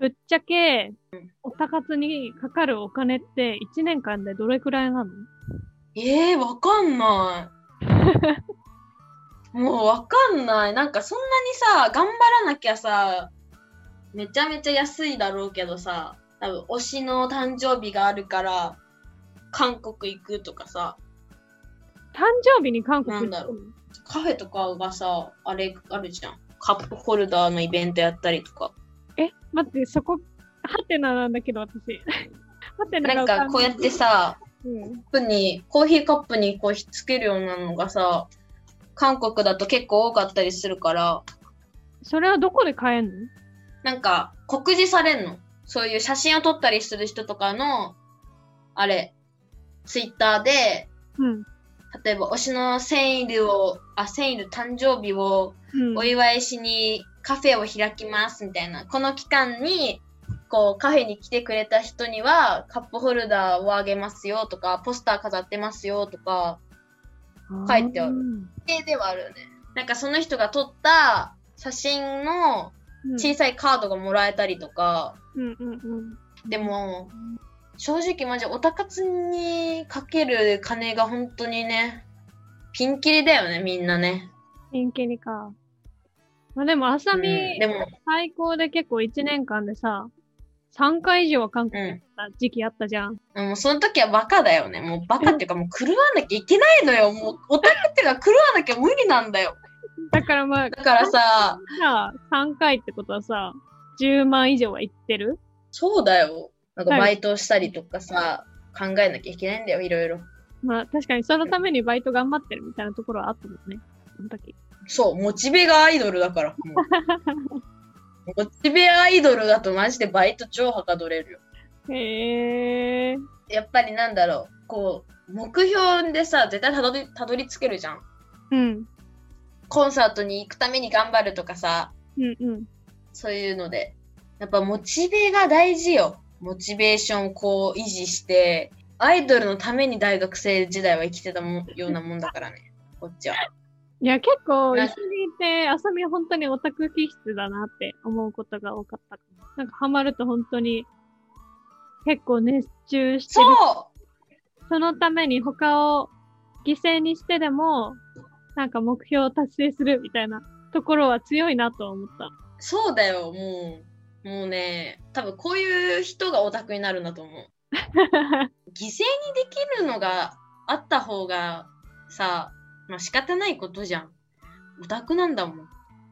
ぶっちゃけ、おたかつにかかるお金って1年間でどれくらいなの？ わかんない。もうわかんない。なんかそんなにさ、頑張らなきゃさ、めちゃめちゃ安いだろうけどさ、多分推しの誕生日があるから、韓国行くとかさ、 誕生日に韓国行くの？ カフェとかがさ、あれあるじゃん。カップホルダーのイベントやったりとか。 待って、そこ、ハテナなんだけど、私。ハテナなんかこうやってさ、コーヒーカップにこうひっつけるようなのがさ、韓国だと結構多かったりするから、 それはどこで買えんの？ なんか告示されんの。そういう写真を撮ったりする人とかの、あれ、ツイッターで、例えば推しの生日誕生日をお祝いしにカフェを開きますみたいな。この期間に、こうカフェに来てくれた人にはカップホルダーをあげますよとか、ポスター飾ってますよとか、書いてある。ではあるよね。なんかその人が撮った写真の小さいカードがもらえたりとか。でも、正直マジオタ活にかける金が本当にね、ピンキリだよね、みんなね。 ピンキリか。まあでも、あさみ、最高で結構1年間でさ、3回以上は韓国行った時期あったじゃん。 もうその時はバカだよね。もうバカっていうかもう狂わなきゃいけないのよ。もうオタクっていうか狂わなきゃ無理なんだよ。 だからさ、3回ってことはさ、10万以上は行ってる？ そうだよ。なんかバイトしたりとかさ、考えなきゃいけないんだよ、いろいろ。 まあ確かにそのためにバイト頑張ってるみたいなところはあったもんね。その時。 そう、モチベがアイドルだから。モチベアイドルだとマジでバイト超はかどれるよ。 へー。 やっぱりなんだろう、こう、目標でさ、絶対たどり着けるじゃん。コンサートに行くために頑張るとかさ、そういうので。やっぱモチベが大事よ。モチベーションをこう維持して、アイドルのために大学生時代は生きてたようなもんだからね、こっちは。 いや、結構、一緒にいて、あさみは本当にオタク気質だなって思うことが多かったかな。なんかハマると本当に、結構熱中してる。そのために他を犠牲にしてでも、なんか目標を達成するみたいなところは強いなと思った。 そうだよ、もうね、多分こういう人がオタクになるんだと思う。犠牲にできるのがあった方がさ、まあ仕方ないことじゃん。オタクなんだもん。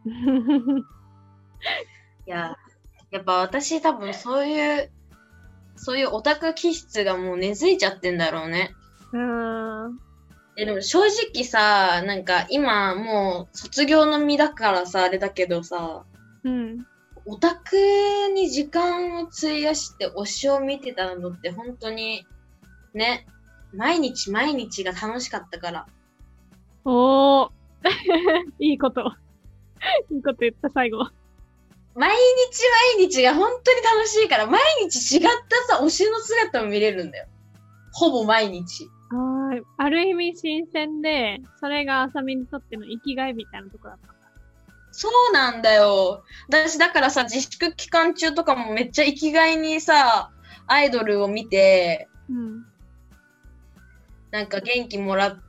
いや、やっぱ私多分そういうオタク気質がもう根付いちゃってんだろうね。でも正直さ、なんか今もう卒業の身だからさ、あれだけどさ、オタクに時間を費やして推しを見てたのって本当にね、毎日毎日が楽しかったから。 おー。いいこと。いいこと言った最後。 毎日毎日が本当に楽しいから、毎日違ったさ、推しの姿を見れるんだよ。ほぼ毎日。 ある意味新鮮で、それがあさみにとっての生きがいみたいなところだったんだ。 そうなんだよ。私だからさ、自粛期間中とかもめっちゃ生きがいにさ、アイドルを見て、なんか元気もらって、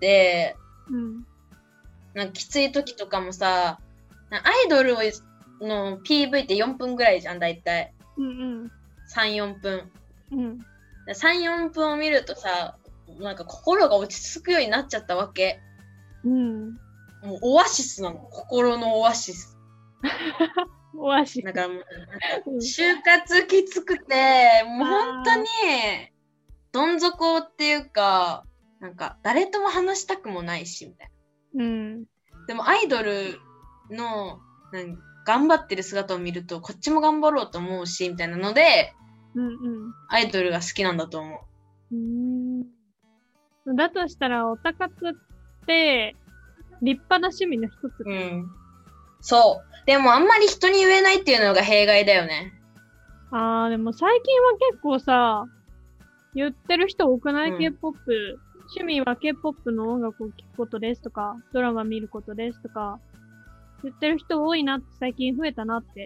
なんかきつい時とかもさ、アイドルの PV って4分ぐらいじゃん、だいたい。3、4分。3、4分を見るとさ、なんか心が落ち着くようになっちゃったわけ。もうオアシスなの。心のオアシス。 オアシス。 だからもう、就活きつくて、もう本当に、どん底っていうか、なんか誰とも話したくもないし、みたいな。でもアイドルの、頑張ってる姿を見ると、こっちも頑張ろうと思うし、みたいなので、アイドルが好きなんだと思う。だとしたら、オタ活って、立派な趣味の一つ。 そう。でもあんまり人に言えないっていうのが弊害だよね。 でも最近は結構さ、言ってる人多くない？ K-POP。趣味は K-POP の音楽を聴くことですとか、ドラマ見ることですとか、言ってる人多いなって最近増えたなって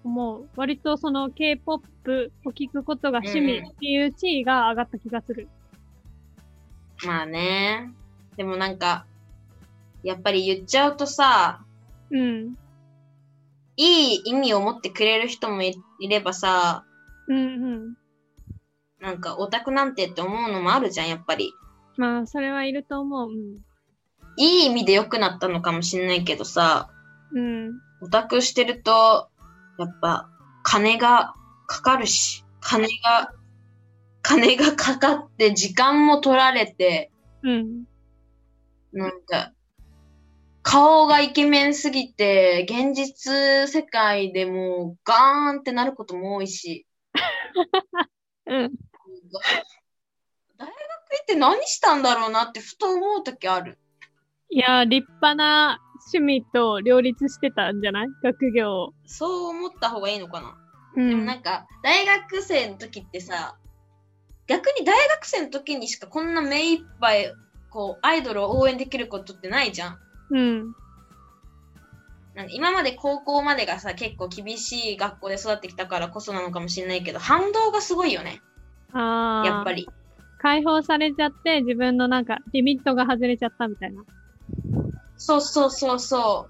思う。割とその K-POP を聞くことが趣味っていう地位が上がった気がする。 まあね。でもなんか、やっぱり言っちゃうとさ、 うん。 いい意味を持ってくれる人もいればさ、 うんうん。 なんかオタクなんてって思うのもあるじゃん、やっぱり。 まあ、それはいると思う。うん。 いい意味で良くなったのかもしんないけどさ、 うん。 オタクしてると、やっぱ、金がかかるし、金がかかって時間も取られて、 うん。 なんか、顔がイケメンすぎて、現実世界でもうガーンってなることも多いし。 うん。 大学行って何したんだろうなってふと思うときある。 いや、立派な趣味と両立してたんじゃない？学業。 そう思った方がいいのかな。 うん。 でもなんか、大学生の時ってさ、逆に大学生の時にしかこんな目いっぱい、こう、アイドルを応援できることってないじゃん。 うん。 なんか今まで高校までがさ、結構厳しい学校で育ってきたからこそなのかもしれないけど、反動がすごいよね。 ああ。 やっぱり。 解放されちゃって自分のなんかリミットが外れちゃったみたいな。 そうそうそうそう。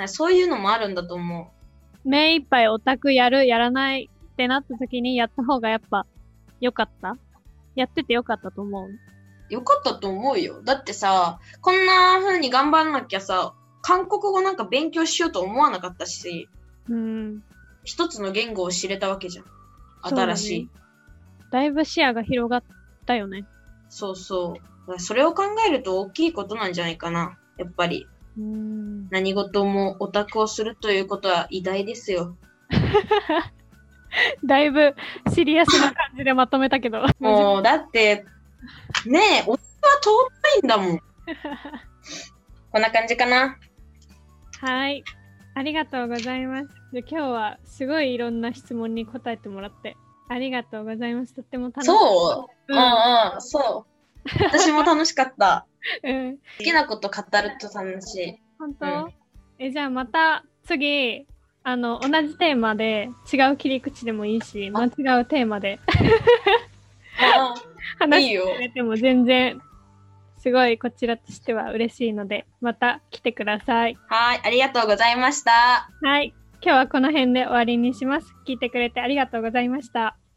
そういうのもあるんだと思う。目いっぱいオタクやる、やらないってなった時にやった方がやっぱ良かった？やってて良かったと思う？ よかったと思うよ。だってさ、こんな風に頑張らなきゃさ、韓国語なんか勉強しようと思わなかったし、一つの言語を知れたわけじゃん。新しい。 だいぶ視野が広がったよね。 そうそう。それを考えると大きいことなんじゃないかな。やっぱり。何事もオタクをするということは偉大ですよ。 だいぶシリアスな感じでまとめたけど。 もう、だって、ねえ、オタクは尊いんだもん。こんな感じかな。 はい。ありがとうございます。で、今日はすごいいろんな質問に答えてもらってありがとうございます。とっても楽しかった。 そう、そう。私も楽しかった。 うん、 好きなこと語ると楽しい。 本当？じゃあまた次、同じテーマで違う切り口でもいいし、違うテーマで話してくれても全然すごいこちらとしては嬉しいので、また来てください。 はい、ありがとうございました。 はい、今日はこの辺で終わりにします。聞いてくれてありがとうございました。